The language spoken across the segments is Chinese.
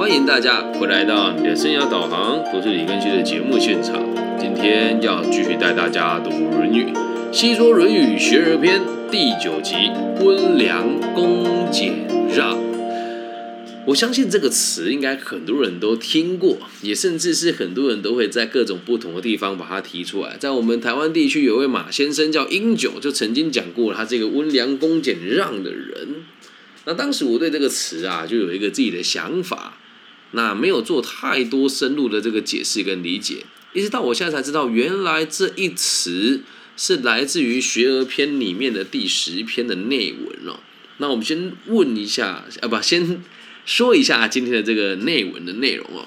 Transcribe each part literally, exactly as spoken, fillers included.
欢迎大家回来到你的生涯导航，不是李根熙的节目现场。今天要继续带大家读《论语》，细说《论语·学而篇》第九集“温良恭俭让”。我相信这个词应该很多人都听过，也甚至是很多人都会在各种不同的地方把它提出来。在我们台湾地区，有位马先生叫英九，就曾经讲过他这个温良恭俭让的人。那当时我对这个词啊，就有一个自己的想法，那没有做太多深入的这个解释跟理解，一直到我现在才知道，原来这一词是来自于《学而篇》里面的第十篇的内文哦。那我们先问一下，啊不，先说一下今天的这个内文的内容哦。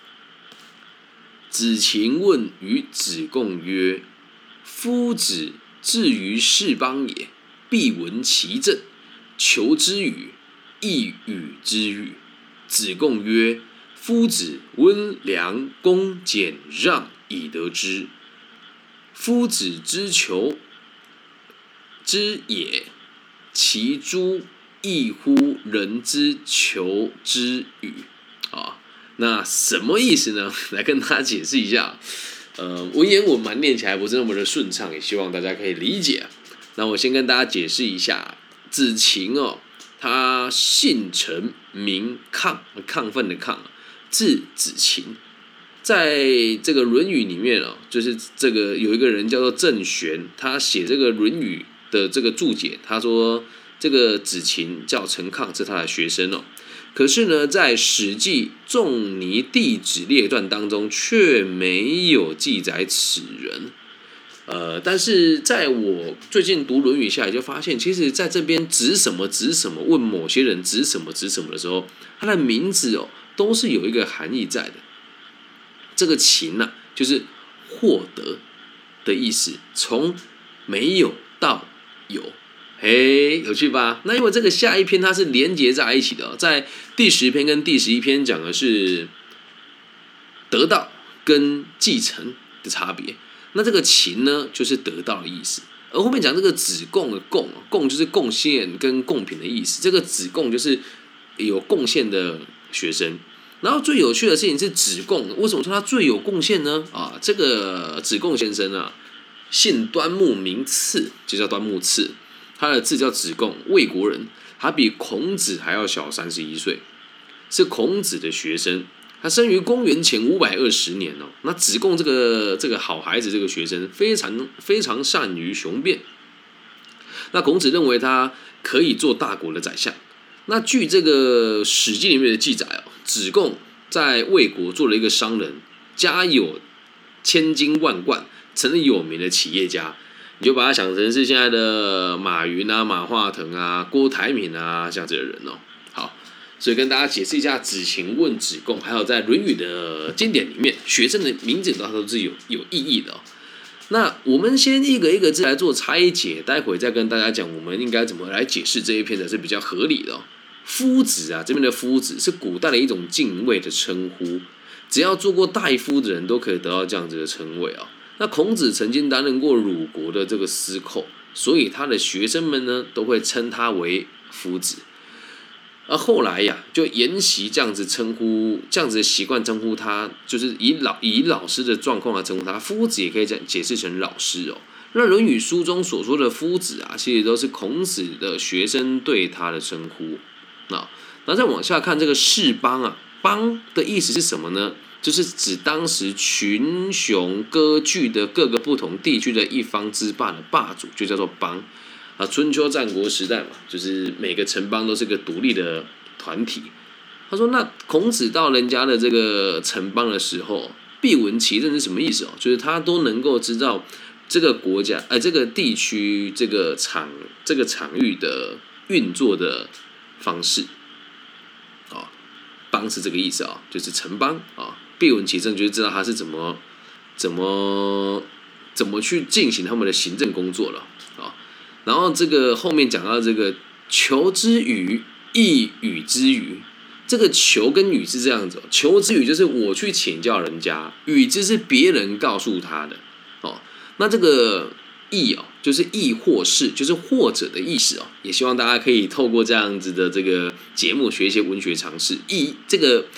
子禽问于子贡曰：“夫子至于士邦也，必闻其政，求之与，亦与之与。”子贡曰：“夫子温良恭俭让以得之。夫子之求之也，其诸异乎人之求之与？”啊，那什么意思呢？来跟大家解释一下。呃，文言文蛮念起来不是那么的顺畅，也希望大家可以理解。那我先跟大家解释一下，子禽哦，他姓陈名亢，亢奋的亢，字子禽。在这个《论语》里面哦，就是这个有一个人叫做郑玄，他写这个《论语》的这个注解，他说这个子禽叫陈亢，是他的学生哦。可是呢，在《史记·仲尼弟子列传》当中却没有记载此人。呃，但是在我最近读《论语》下来，就发现，其实在这边指什么指什么，问某些人指什么指什么的时候，他的名字哦，都是有一个含义在的。这个禽啊，就是获得的意思，从没有到有，嘿，有趣吧？那因为这个下一篇它是连结在一起的哦，在第十篇跟第十一篇讲的是得到跟继承的差别。那这个禽呢，就是得到的意思。而后面讲这个子贡的贡，贡就是贡献跟贡品的意思。这个子贡就是有贡献的学生。然后最有趣的事情是子贡，为什么说他最有贡献呢？啊，这个子贡先生啊，姓端木，名次，就叫端木赐。他的字叫子贡，魏国人。他比孔子还要小三十一岁，是孔子的学生。他生于公元前五百二十年哦。那子贡这个这个好孩子，这个学生非常非常善于雄辩。那孔子认为他可以做大国的宰相。那据这个《史记》里面的记载哦，子贡在魏国做了一个商人，家有千金万贯，成了有名的企业家。你就把他想成是现在的马云啊、马化腾啊、郭台铭啊这样子的人哦。好。所以跟大家解释一下，子禽问子贡，还有在《论语》的经典里面，学生的名字都是有有意义的哦。那我们先一个一个字来做拆解，待会再跟大家讲我们应该怎么来解释这一篇才是比较合理的哦。夫子啊，这边的夫子是古代的一种敬畏的称呼，只要做过大夫的人都可以得到这样子的称谓哦。那孔子曾经担任过鲁国的这个司寇，所以他的学生们呢都会称他为夫子。而后来呀，就沿袭这样子称呼，这样子的习惯称呼他，就是以老以老师的状况来称呼他。夫子也可以这样解释成老师哦。那《论语》书中所说的夫子啊，其实都是孔子的学生对他的称呼。那那再往下看这个士邦啊，邦的意思是什么呢？就是指当时群雄割据的各个不同地区的一方之霸的霸主，就叫做邦。啊，春秋战国时代嘛，就是每个城邦都是个独立的团体。他说，那孔子到人家的这个城邦的时候，必闻其政是什么意思哦？就是他都能够知道这个国家，呃，这个地区、这个场、这个场域的运作的方式。啊，邦是这个意思啊，就是城邦啊，必闻其政就是知道他是怎么、怎么、怎么去进行他们的行政工作了啊。然后这个后面讲到这个求之与，亦与之与，这个求跟与是这样子、哦，求之与就是我去请教人家，与之是别人告诉他的哦。那这个亦哦，就是亦或是，就是或者的意思哦。也希望大家可以透过这样子的这个节目学一些文学常识。亦这个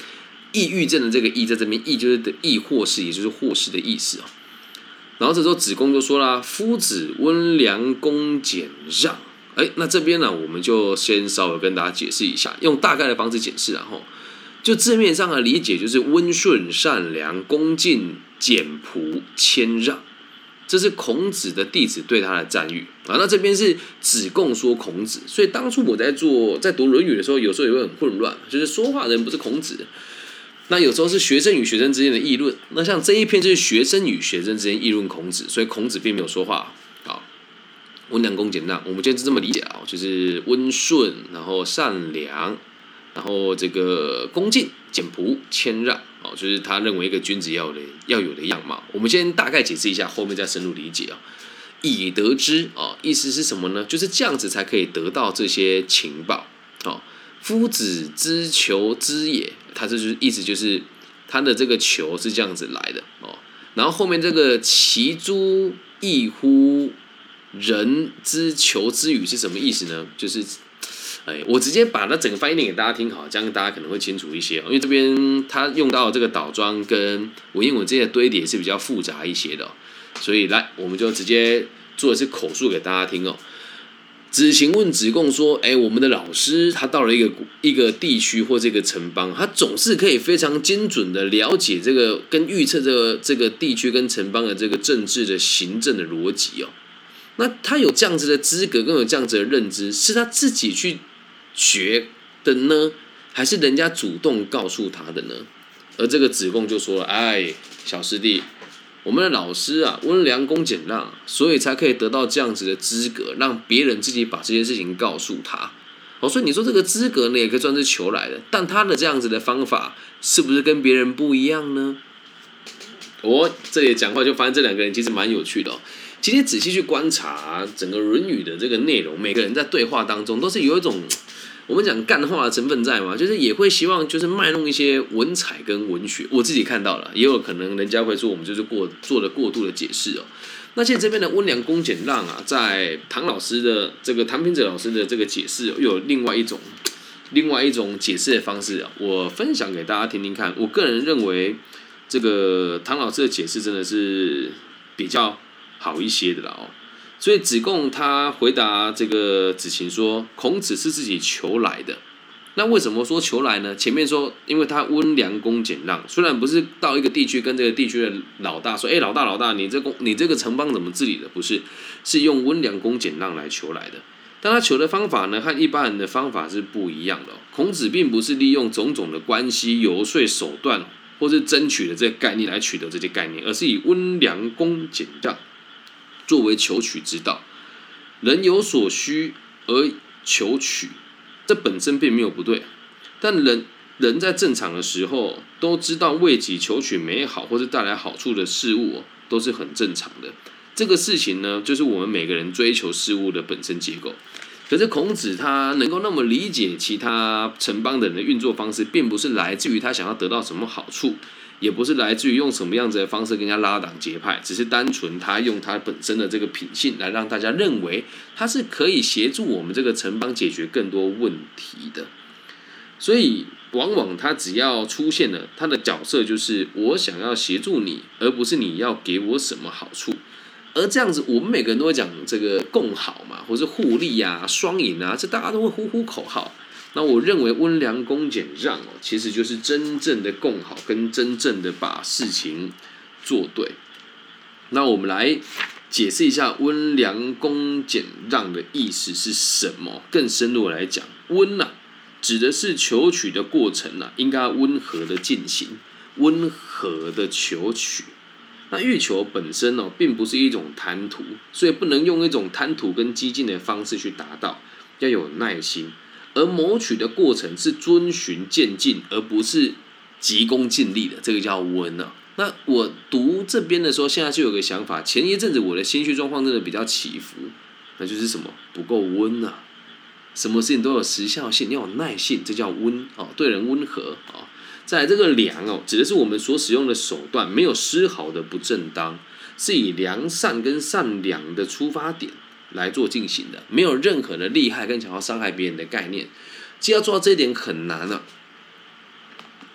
抑郁症的这个抑在这边，抑就是的抑或是，也就是或是的意思哦。然后这时候子贡就说啦：“夫子温良恭俭让。”哎，那这边呢，我们就先稍微跟大家解释一下，用大概的方式解释啊，吼，就字面上的理解就是温顺、善良、恭敬、简朴、谦让，这是孔子的弟子对他的赞誉啊。那这边是子贡说孔子，所以当初我在做在读《论语》的时候，有时候也会很混乱，就是说话的人不是孔子。那有时候是学生与学生之间的议论，那像这一篇就是学生与学生之间议论孔子，所以孔子并没有说话。好，温良恭俭让，我们今天是这么理解啊，就是温顺，然后善良，然后这个恭敬、简朴、谦让，哦，就是他认为一个君子要有的要有的样貌。我们先大概解释一下，后面再深入理解啊。以得之啊，意思是什么呢？就是这样子才可以得到这些情报。哦，夫子之求之也。他这就是意思，就是他的这个求是这样子来的哦。然后后面这个其诸异乎人之求之语是什么意思呢？就是，哎，我直接把那整个翻译念给大家听好，这样大家可能会清楚一些。因为这边他用到的这个倒装跟文言文这些堆叠是比较复杂一些的，哦，所以来我们就直接做的是口述给大家听哦。子行问子贡说：“哎，我们的老师他到了一个一个地区或这个城邦，他总是可以非常精准的了解这个跟预测这个这个地区跟城邦的这个政治的行政的逻辑哦。那他有这样子的资格，跟有这样子的认知，是他自己去学的呢，还是人家主动告诉他的呢？”而这个子贡就说了：“哎，小师弟。”我们的老师啊，温良恭俭让，所以才可以得到这样子的资格，让别人自己把这件事情告诉他。哦，所以你说这个资格呢，也可以算是求来的，但他的这样子的方法，是不是跟别人不一样呢？我、哦、这里讲话就发现这两个人其实蛮有趣的哦。其实仔细去观察整个《论语》的这个内容，每个人在对话当中都是有一种我们讲干话的成分在嘛，就是也会希望就是卖弄一些文采跟文学。我自己看到了，也有可能人家会说我们就是过做了过度的解释哦。那现在这边的温良恭俭让啊，在唐老师的这个唐平哲老师的这个解释，又有另外一种另外一种解释的方式啊，我分享给大家听听看。我个人认为，这个唐老师的解释真的是比较好一些的啦哦。所以子贡他回答这个子禽说：“孔子是自己求来的。”那为什么说求来呢？前面说，因为他温良恭俭让，虽然不是到一个地区跟这个地区的老大说：“哎，老大老大，你这公你这个城邦怎么治理的？”不是，是用温良恭俭让来求来的。但他求的方法呢，和一般人的方法是不一样的，哦。孔子并不是利用种种的关系、游说手段，或是争取的这个概念来取得这些概念，而是以温良恭俭让作为求取之道。人有所需而求取，这本身并没有不对，但人人在正常的时候都知道为己求取美好或是带来好处的事物，都是很正常的。这个事情呢，就是我们每个人追求事物的本身结构。可是孔子他能够那么理解其他城邦的人的运作方式，并不是来自于他想要得到什么好处，也不是来自于用什么样子的方式跟人家拉党结派，只是单纯他用他本身的这个品性来让大家认为他是可以协助我们这个城邦解决更多问题的。所以往往他只要出现了，他的角色就是我想要协助你，而不是你要给我什么好处。而这样子，我们每个人都会讲这个共好嘛，或是互利啊、双赢啊，这大家都会呼呼口号。那我认为温良恭俭让哦，其实就是真正的共好，跟真正的把事情做对。那我们来解释一下温良恭俭让的意思是什么？更深入来讲，温啊，指的是求取的过程啊，应该温和的进行，温和的求取。那欲求本身哦，并不是一种贪图，所以不能用一种贪图跟激进的方式去达到，要有耐心。而谋取的过程是遵循渐进，而不是急功近利的，这个叫温啊。那我读这边的时候，现在就有个想法，前一阵子我的心绪状况真的比较起伏，那就是什么不够温啊。什么事情都有时效性，要有耐性，这叫温哦，对人温和哦。再来这个良哦，指的是我们所使用的手段没有丝毫的不正当，是以良善跟善良的出发点来做进行的，没有任何的利害跟想要伤害别人的概念。既要做到这一点很难啊，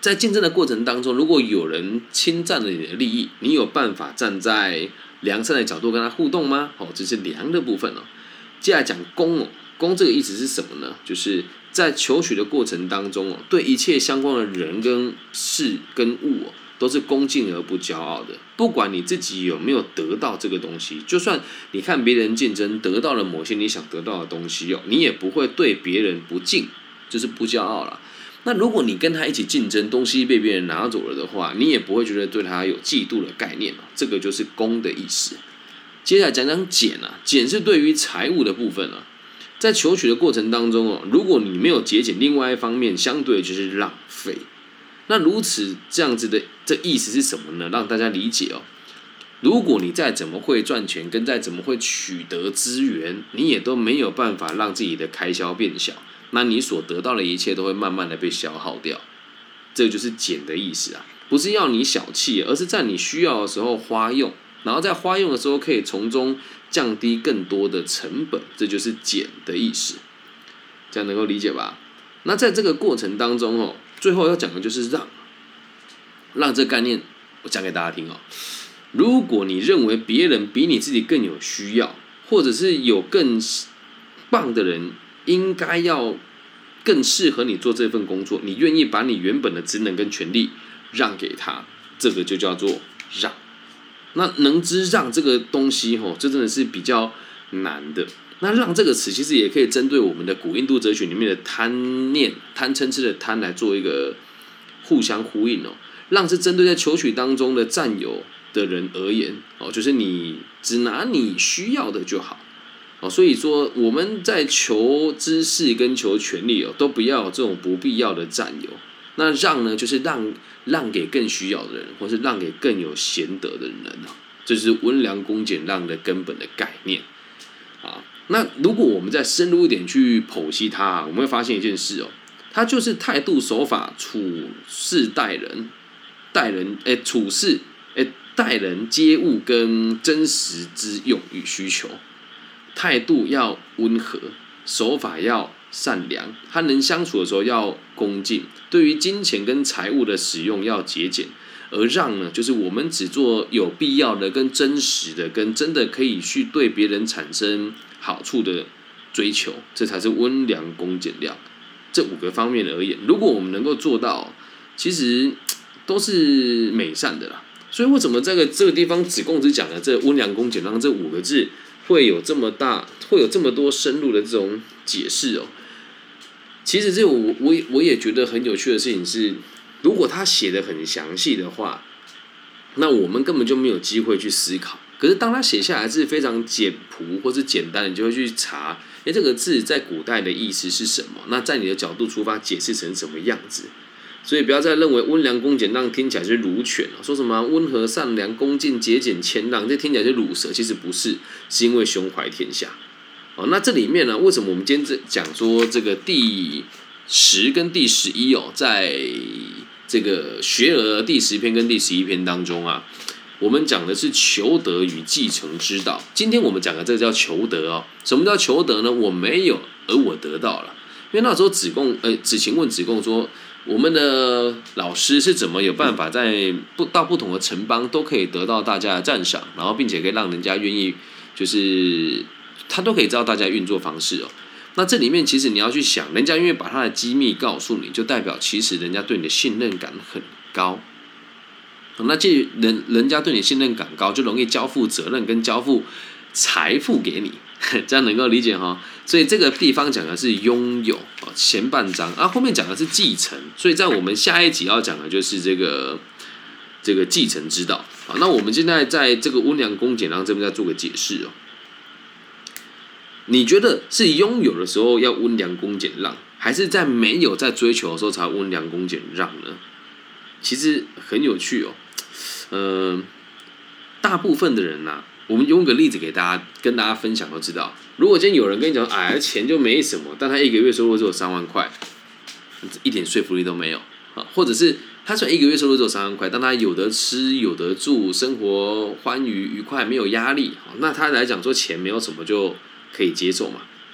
在竞争的过程当中，如果有人侵占了你的利益，你有办法站在良善的角度跟他互动吗？哦，这是良的部分哦。接下来讲恭哦，恭这个意思是什么呢？就是在求取的过程当中哦，对一切相关的人跟事跟物哦，都是恭敬而不骄傲的。不管你自己有没有得到这个东西，就算你看别人竞争得到了某些你想得到的东西哦，你也不会对别人不敬，就是不骄傲了。那如果你跟他一起竞争，东西被别人拿走了的话，你也不会觉得对他有嫉妒的概念，这个就是恭的意思。接下来讲讲俭啊，俭是对于财物的部分啊，在求取的过程当中哦，如果你没有节俭，另外一方面相对就是浪费。那如此这样子的这意思是什么呢？让大家理解哦。如果你再怎么会赚钱，跟再怎么会取得资源，你也都没有办法让自己的开销变小。那你所得到的一切都会慢慢的被消耗掉，这就是俭的意思啊，不是要你小气，而是在你需要的时候花用，然后在花用的时候可以从中降低更多的成本，这就是俭的意思，这样能够理解吧？那在这个过程当中哦，最后要讲的就是让，让这概念我讲给大家听哦。如果你认为别人比你自己更有需要，或者是有更棒的人，应该要更适合你做这份工作，你愿意把你原本的职能跟权利让给他，这个就叫做让。那能知让这个东西吼，这真的是比较难的。那让这个词其实也可以针对我们的古印度哲学里面的贪念、贪嗔痴的贪来做一个互相呼应哦。让是针对在求取当中的占有的人而言哦，就是你只拿你需要的就好。哦，所以说我们在求知识跟求权利哦，都不要有这种不必要的占有。那让呢，就是让让给更需要的人，或是让给更有贤德的人哦，这是温良恭俭让的根本的概念啊。那如果我们再深入一点去剖析它，我们会发现一件事哦，它就是态度、手法、处事待人、待人诶处事诶待人接物跟真实之用与需求。态度要温和，手法要善良，和人相处的时候要恭敬，对于金钱跟财物的使用要节俭。而让呢，就是我们只做有必要的、跟真实的、跟真的可以去对别人产生好处的追求，这才是温良恭俭让这五个方面而言。如果我们能够做到，其实都是美善的啦。所以为什么这个这个地方子贡只讲了这温良恭俭让这五个字？会有这么大，会有这么多深入的这种解释哦。其实这我我我也觉得很有趣的事情是，如果他写的很详细的话，那我们根本就没有机会去思考。可是当他写下来是非常简朴或是简单，你就会去查，哎，这个字在古代的意思是什么？那在你的角度出发，解释成什么样子？所以不要再认为温良恭俭让听起来就是儒犬，说什么温和善良、恭敬节俭谦让，这听起来就是鲁蛇，其实不是，是因为胸怀天下。哦，那这里面呢，为什么我们今天讲说这个第十跟第十一哦，在这个学而第十篇跟第十一篇当中啊，我们讲的是求得与继承之道。今天我们讲的这个叫求得哦，什么叫求得呢？我没有，而我得到了。因为那时候子贡，呃，子晴问子贡说，我们的老师是怎么有办法在不到不同的城邦都可以得到大家的赞赏，然后并且可以让人家愿意，就是他都可以知道大家运作方式哦。那这里面其实你要去想，人家因为把他的机密告诉你，就代表其实人家对你的信任感很高。那既人人家对你信任感高，就容易交付责任跟交付财富给你，这样能够理解哈。所以这个地方讲的是拥有前半章啊，后面讲的是继承。所以在我们下一集要讲的就是这个这个继承之道。好，那我们现在在这个温良恭俭让这边再做个解释哦。你觉得是拥有的时候要温良恭俭让，还是在没有在追求的时候才温良恭俭让呢？其实很有趣哦。呃，大部分的人啊，我们用个例子给大家跟大家分享都知道。如果今天有人跟你讲，哎，钱就没什么，但他一个月收入只有三万块，一点说服力都没有啊。或者是他虽然一个月收入只有三万块，但他有得吃有得住，生活欢愉愉快，没有压力，那他来讲说钱没有什么就可以接受嘛。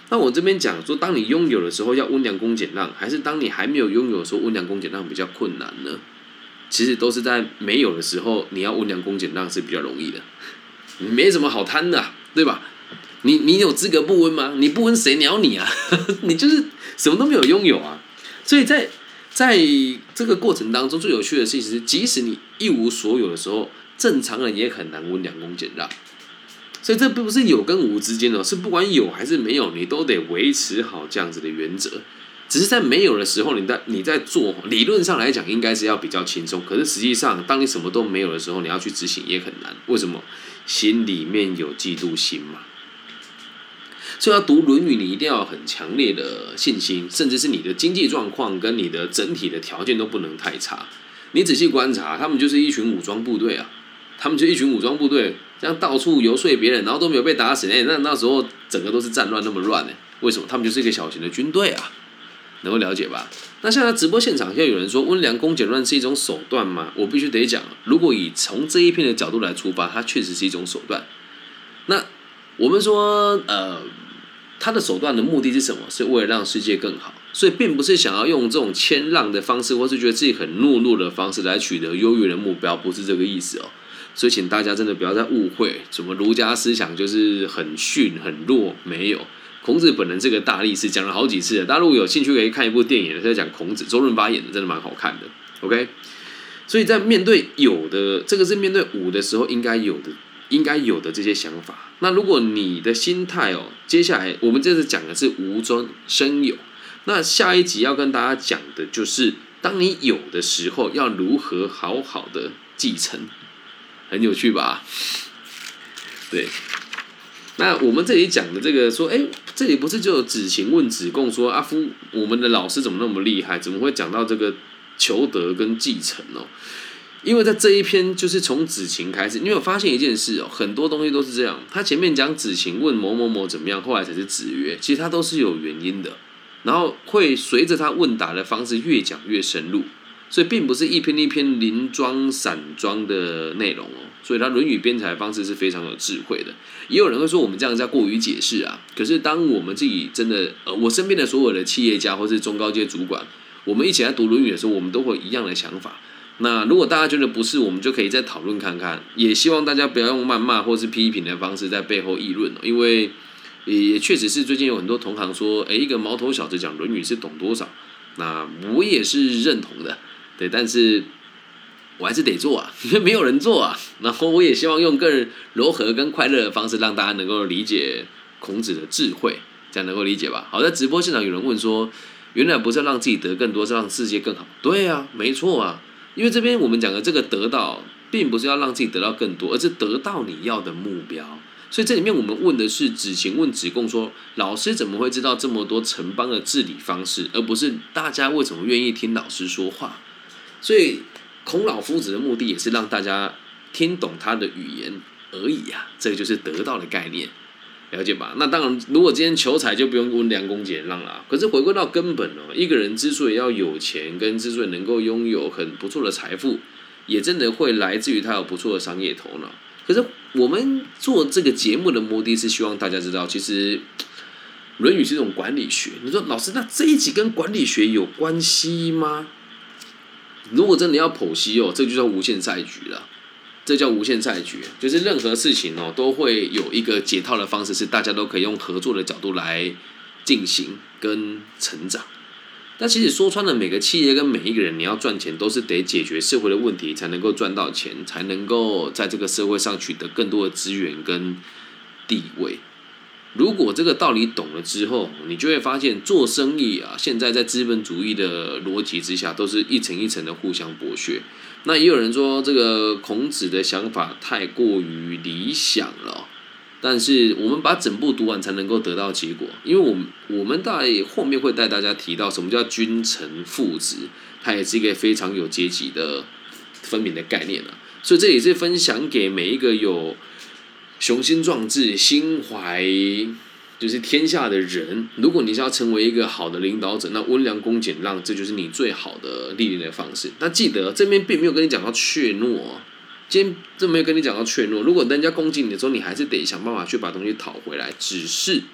那我这边讲说，当你拥有的时候要温良恭俭让，还是当你还没有拥有的时候温良恭俭让比较困难呢？其实都是在没有的时候，你要温良恭俭让是比较容易的，你没什么好贪的、啊，对吧？你你有资格不温吗？你不温谁鸟你啊？你就是什么都没有拥有啊！所以在在这个过程当中，最有趣的事情是，即使你一无所有的时候，正常人也很难温良恭俭让。所以这并不是有跟无之间的，是不管有还是没有，你都得维持好这样子的原则。只是在没有的时候，你在你在做，理论上来讲应该是要比较轻松，可是实际上，当你什么都没有的时候，你要去执行也很难。为什么？心里面有嫉妒心嘛。所以要读《论语》，你一定要有很强烈的信心，甚至是你的经济状况跟你的整体的条件都不能太差。你仔细观察，他们就是一群武装部队啊，他们就一群武装部队。这样到处游说别人，然后都没有被打死，哎、欸，那那时候整个都是战乱那么乱呢？为什么？他们就是一个小型的军队啊，能够了解吧？那现在直播现场，现在有人说温良恭俭让是一种手段吗？我必须得讲，如果以从这一篇的角度来出发，它确实是一种手段。那我们说，呃，他的手段的目的是什么？是为了让世界更好，所以并不是想要用这种谦让的方式，或是觉得自己很懦弱的方式来取得优越的目标，不是这个意思哦。所以，请大家真的不要再误会，什么儒家思想就是很逊很弱，没有。孔子本人这个大力士讲了好几次了，大家如果有兴趣可以看一部电影，在讲孔子，周润发演的，真的蛮好看的。OK， 所以在面对有的这个是面对无的时候应该有的，应该有的这些想法。那如果你的心态哦，接下来我们这次讲的是无中生有，那下一集要跟大家讲的就是，当你有的时候要如何好好的继承。很有趣吧？对，那我们这里讲的这个说，哎，这里不是就有子禽问子贡说，阿夫，我们的老师怎么那么厉害？怎么会讲到这个求得跟继承哦？因为在这一篇就是从子禽开始，你有发现一件事哦，很多东西都是这样。他前面讲子禽问某某某怎么样，后来才是子曰，其实他都是有原因的，然后会随着他问答的方式越讲越深入。所以并不是一篇一篇零装散装的内容哦，所以他《论语》编采的方式是非常有智慧的。也有人会说我们这样在过于解释啊，可是当我们自己真的，呃，我身边的所有的企业家或是中高阶主管，我们一起来读《论语》的时候，我们都会有一样的想法。那如果大家觉得不是，我们就可以再讨论看看。也希望大家不要用谩骂或是批评的方式在背后议论哦，因为也确实是最近有很多同行说，哎，一个毛头小子讲《论语》是懂多少？那我也是认同的。对，但是我还是得做啊，因为没有人做啊。然后我也希望用更柔和、跟快乐的方式，让大家能够理解孔子的智慧，这样能够理解吧？好，在直播现场有人问说，原来不是要让自己得更多，是让世界更好。对啊，没错啊，因为这边我们讲的这个得到，并不是要让自己得到更多，而是得到你要的目标。所以这里面我们问的是子禽问子贡说，老师怎么会知道这么多城邦的治理方式，而不是大家为什么愿意听老师说话？所以孔老夫子的目的也是让大家听懂他的语言而已啊，这个就是得到的概念，了解吧？那当然，如果今天求财就不用温良恭俭让啦。可是回归到根本哦，一个人之所以要有钱，跟之所以能够拥有很不错的财富，也真的会来自于他有不错的商业头脑。可是我们做这个节目的目的是希望大家知道，其实《论语》是一种管理学。你说老师，那这一集跟管理学有关系吗？如果真的要剖析哦，这就叫无限赛局了。这叫无限赛局，就是任何事情哦，都会有一个解套的方式，是大家都可以用合作的角度来进行跟成长。但其实说穿了，每个企业跟每一个人，你要赚钱，都是得解决社会的问题，才能够赚到钱，才能够在这个社会上取得更多的资源跟地位。如果这个道理懂了之后，你就会发现做生意啊，现在在资本主义的逻辑之下，都是一层一层的互相剥削。那也有人说，这个孔子的想法太过于理想了，但是我们把整部读完才能够得到结果，因为我们我们在后面会带大家提到什么叫君臣父子，它也是一个非常有阶级的分明的概念啊。所以这也是分享给每一个有雄心壮志、心怀就是天下的人，如果你是要成为一个好的领导者，那温良恭俭让，这就是你最好的历练的方式。那记得这边并没有跟你讲到怯懦，今天这没有跟你讲到怯懦。如果人家攻击你的时候，你还是得想办法去把东西讨回来。只是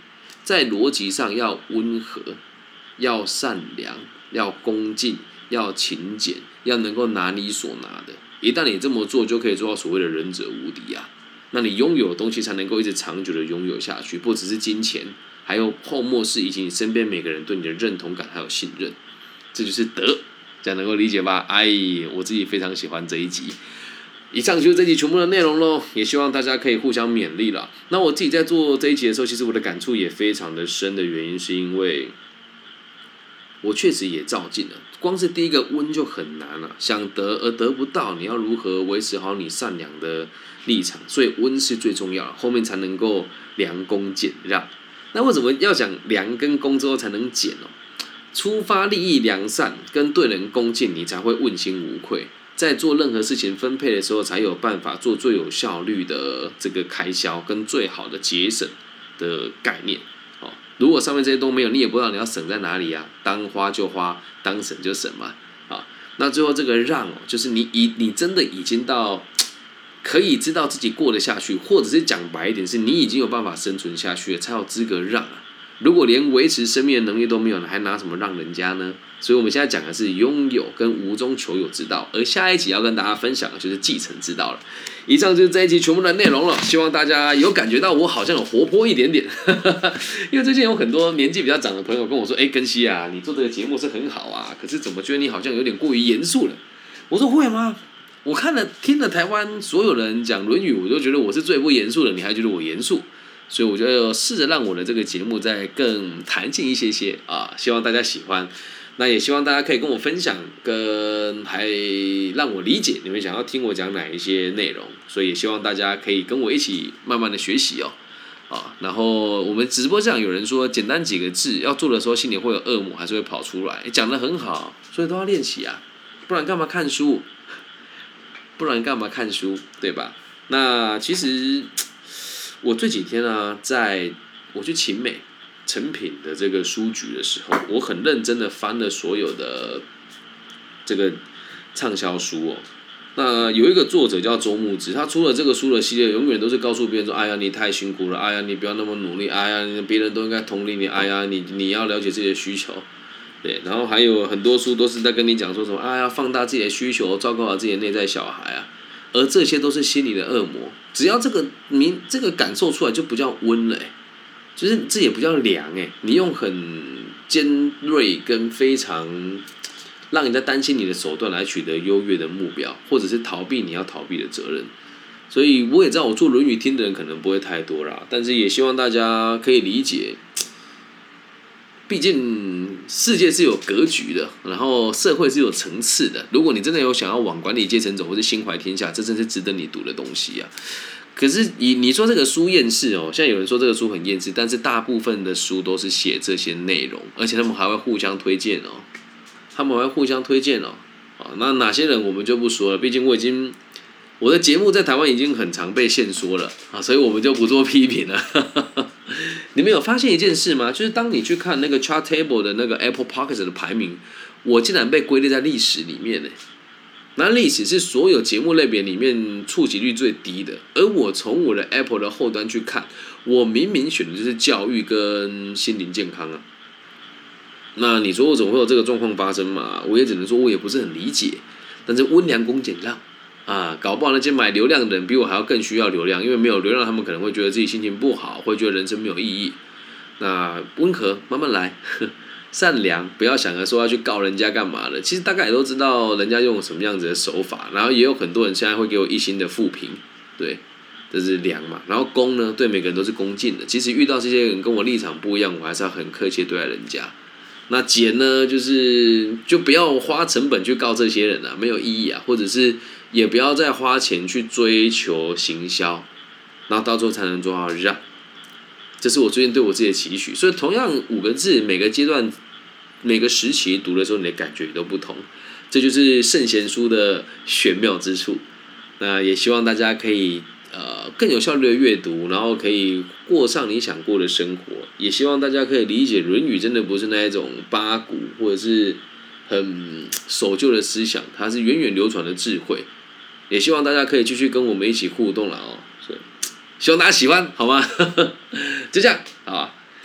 在逻辑上要温和，要善良，要恭敬，要勤俭，要能够拿你所拿的。一旦你这么做，就可以做到所谓的仁者无敌啊。那你拥有的东西才能够一直长久的拥有下去，不只是金钱，还有后末世以及你身边每个人对你的认同感还有信任，这就是德，这样能够理解吧？哎，我自己非常喜欢这一集。以上就是这集全部的内容咯，也希望大家可以互相勉励啦。那我自己在做这一集的时候，其实我的感触也非常的深的原因，是因为我确实也照进了。光是第一个温就很难了、啊，想得而得不到，你要如何维持好你善良的立场？所以温是最重要的，后面才能够良恭俭让。那为什么要讲良跟恭之后才能俭哦？出发利益良善，跟对人恭敬，你才会问心无愧。在做任何事情分配的时候，才有办法做最有效率的这个开销，跟最好的节省的概念。哦，如果上面这些都没有，你也不知道你要省在哪里啊。当花就花，当省就省嘛。啊，那最后这个让哦，就是你已你真的已经到可以知道自己过得下去，或者是讲白一点，是你已经有办法生存下去了，才有资格让啊。如果连维持生命的能力都没有，还拿什么让人家呢？所以我们现在讲的是拥有跟无中求有之道，而下一集要跟大家分享的就是继承之道了。以上就是这一集全部的内容了，希望大家有感觉到我好像有活泼一点点，因为最近有很多年纪比较长的朋友跟我说：“哎，根希啊，你做这个节目是很好啊，可是怎么觉得你好像有点过于严肃了？”我说：“会吗？我看了听了台湾所有人讲《论语》，我就觉得我是最不严肃的，你还觉得我严肃？”所以我就试着让我的这个节目再更弹性一些些啊，希望大家喜欢。那也希望大家可以跟我分享，跟还让我理解你们想要听我讲哪一些内容。所以也希望大家可以跟我一起慢慢的学习哦。啊，然后我们直播上有人说，简单几个字要做的时候，心里会有恶魔还是会跑出来，讲得很好，所以都要练习啊，不然干嘛看书？不然干嘛看书？对吧？那其实。我这几天啊，在我去勤美诚品的这个书局的时候，我很认真的翻了所有的这个畅销书哦。那有一个作者叫周牧之，他出了这个书的系列，永远都是告诉别人说：“哎呀，你太辛苦了，哎呀，你不要那么努力，哎呀，别人都应该同理你，哎呀，你你要了解自己的需求。”对，然后还有很多书都是在跟你讲说什么：“哎呀，放大自己的需求，照顾好自己的内在小孩啊。”而这些都是心理的恶魔，只要这个明这个感受出来，就不叫温了、欸，就是这也不叫凉哎、欸。你用很尖锐跟非常让人家担心你的手段来取得优越的目标，或者是逃避你要逃避的责任。所以我也知道，我做《论语》听的人可能不会太多啦，但是也希望大家可以理解。毕竟世界是有格局的，然后社会是有层次的。如果你真的有想要往管理阶层走，或是心怀天下，这真是值得你读的东西啊。可是以你说这个书厌世哦，现在有人说这个书很厌世，但是大部分的书都是写这些内容，而且他们还会互相推荐哦，他们还会互相推荐哦。啊，那哪些人我们就不说了，毕竟我已经我的节目在台湾已经很常被限缩了啊，所以我们就不做批评了。你们有发现一件事吗？就是当你去看那个 Chartable 的那个 Apple Podcast 的排名，我竟然被归类在历史里面呢。那历史是所有节目类别里面触及率最低的，而我从我的 Apple 的后端去看，我明明选的就是教育跟心灵健康啊。那你说我怎么会有这个状况发生嘛？我也只能说我也不是很理解。但是温良恭俭让啊，搞不好那些买流量的人比我还要更需要流量，因为没有流量，他们可能会觉得自己心情不好，会觉得人生没有意义。那温和，慢慢来，呵善良，不要想着说要去告人家干嘛的。其实大概也都知道人家用什么样子的手法，然后也有很多人现在会给我一星的负评，对，这是良嘛。然后恭呢，对每个人都是恭敬的。其实遇到这些人跟我立场不一样，我还是要很客气对待人家。那俭呢，就是就不要花成本去告这些人啊，没有意义啊，或者是也不要再花钱去追求行销，然后到最后才能做到让。这是我最近对我自己的期许。所以同样五个字，每个阶段、每个时期读的时候，你的感觉也都不同。这就是圣贤书的玄妙之处。那也希望大家可以呃更有效率的阅读，然后可以过上你想过的生活。也希望大家可以理解《论语》真的不是那一种八股或者是很守旧的思想，它是源远流传的智慧。也希望大家可以继续跟我们一起互动了哦。所以希望大家喜欢，好吗？就这样啊。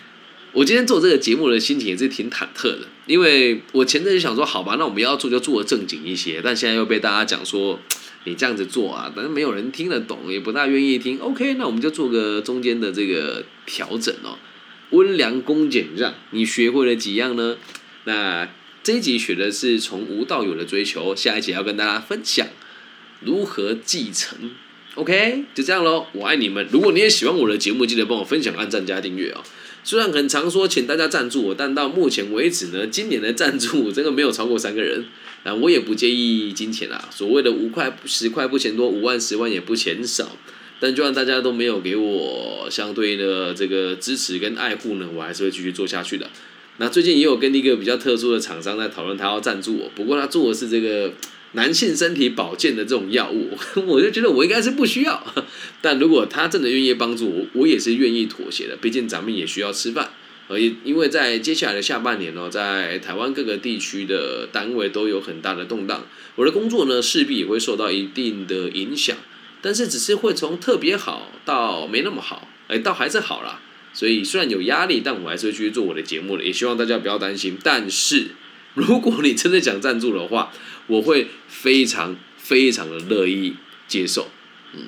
我今天做这个节目的心情也是挺忐忑的，因为我前阵就想说，好吧，那我们要做就做的正经一些，但现在又被大家讲说，你这样子做啊，但是没有人听得懂，也不大愿意听。OK， 那我们就做个中间的这个调整哦，温良恭俭让。你学会了几样呢？那这一集学的是从无到有的追求，下一集要跟大家分享如何继承。OK， 就这样咯，我爱你们。如果你也喜欢我的节目，记得帮我分享、按赞、加订阅哦。虽然很常说请大家赞助我，但到目前为止呢，今年的赞助真的没有超过三个人。啊，我也不介意金钱啦，所谓的五块、十块不嫌多，五万、十万也不嫌少。但就算大家都没有给我相对的这个支持跟爱护呢，我还是会继续做下去的。那最近也有跟一个比较特殊的厂商在讨论，他要赞助我，不过他做的是这个男性身体保健的这种药物，我就觉得我应该是不需要。但如果他真的愿意帮助我，我也是愿意妥协的，毕竟咱们也需要吃饭。而因为在接下来的下半年哦，在台湾各个地区的单位都有很大的动荡，我的工作呢势必也会受到一定的影响，但是只是会从特别好到没那么好，哎，倒还是好啦。所以虽然有压力，但我还是会继续做我的节目的，也希望大家不要担心。但是如果你真的想赞助的话，我会非常非常的乐意接受。嗯。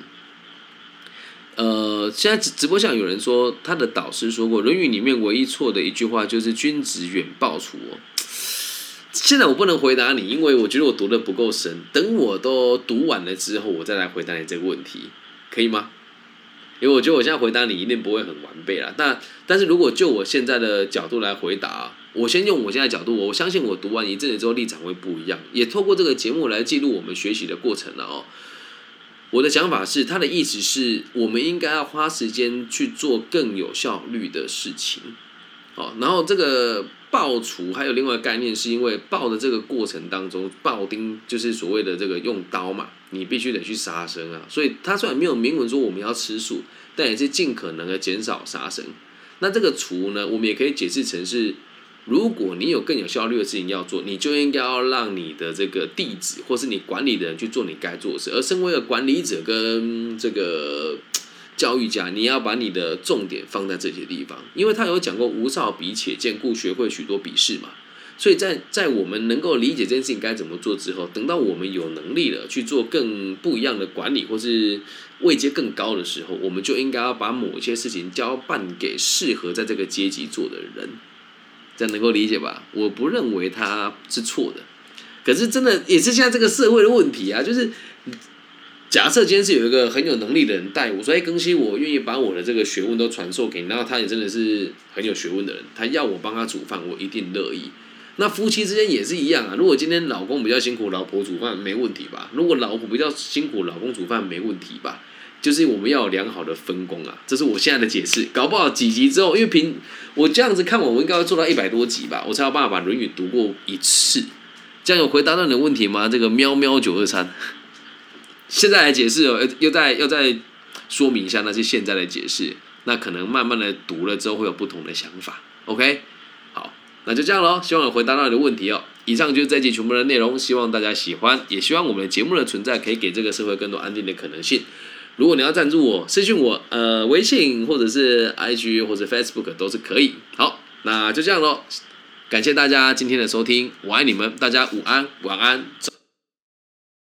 呃，现在直播上有人说，他的导师说过，《论语》里面唯一错的一句话就是"君子远庖厨"哦。现在我不能回答你，因为我觉得我读的不够深。等我都读完了之后，我再来回答你这个问题，可以吗？因为我觉得我现在回答你一定不会很完备啦。那但是如果就我现在的角度来回答，我先用我现在的角度，我相信我读完一阵子之后立场会不一样，也透过这个节目来记录我们学习的过程了哦。我的想法是，他的意思是我们应该要花时间去做更有效率的事情。好，然后这个爆除还有另外一个概念，是因为爆的这个过程当中，爆丁就是所谓的这个用刀嘛，你必须得去杀生啊。所以他虽然没有明文说我们要吃素，但也是尽可能的减少杀生。那这个除呢，我们也可以解释成是，如果你有更有效率的事情要做，你就应该要让你的这个弟子或是你管理的人去做你该做的事。而身为一个管理者跟这个教育家，你要把你的重点放在这些地方，因为他有讲过无少比且见，故学会许多比事嘛。所以在在我们能够理解这件事情该怎么做之后，等到我们有能力了去做更不一样的管理，或是位阶更高的时候，我们就应该要把某些事情交办给适合在这个阶级做的人。这样能够理解吧？我不认为他是错的，可是真的也是现在这个社会的问题啊，就是假设今天是有一个很有能力的人带我，说：“哎，庚希，我愿意把我的这个学问都传授给你。”然后他也真的是很有学问的人，他要我帮他煮饭，我一定乐意。那夫妻之间也是一样啊。如果今天老公比较辛苦，老婆煮饭没问题吧？如果老婆比较辛苦，老公煮饭没问题吧？就是我们要有良好的分工啊，这是我现在的解释。搞不好几集之后，因为凭我这样子看完，我应该会做到一百多集吧，我才有办法把《论语》读过一次。这样有回答到你的问题吗？这个喵喵九二三，现在来解释哦，又再又再说明一下，那是现在的解释。那可能慢慢的读了之后会有不同的想法。OK， 好，那就这样咯，希望有回答到你的问题哦。以上就是这集全部的内容，希望大家喜欢，也希望我们的节目的存在可以给这个社会更多安定的可能性。如果你要赞助我，私讯我，呃，微信或者是 I G 或者 Facebook 都是可以。好，那就这样咯，感谢大家今天的收听，我爱你们，大家午安、晚安。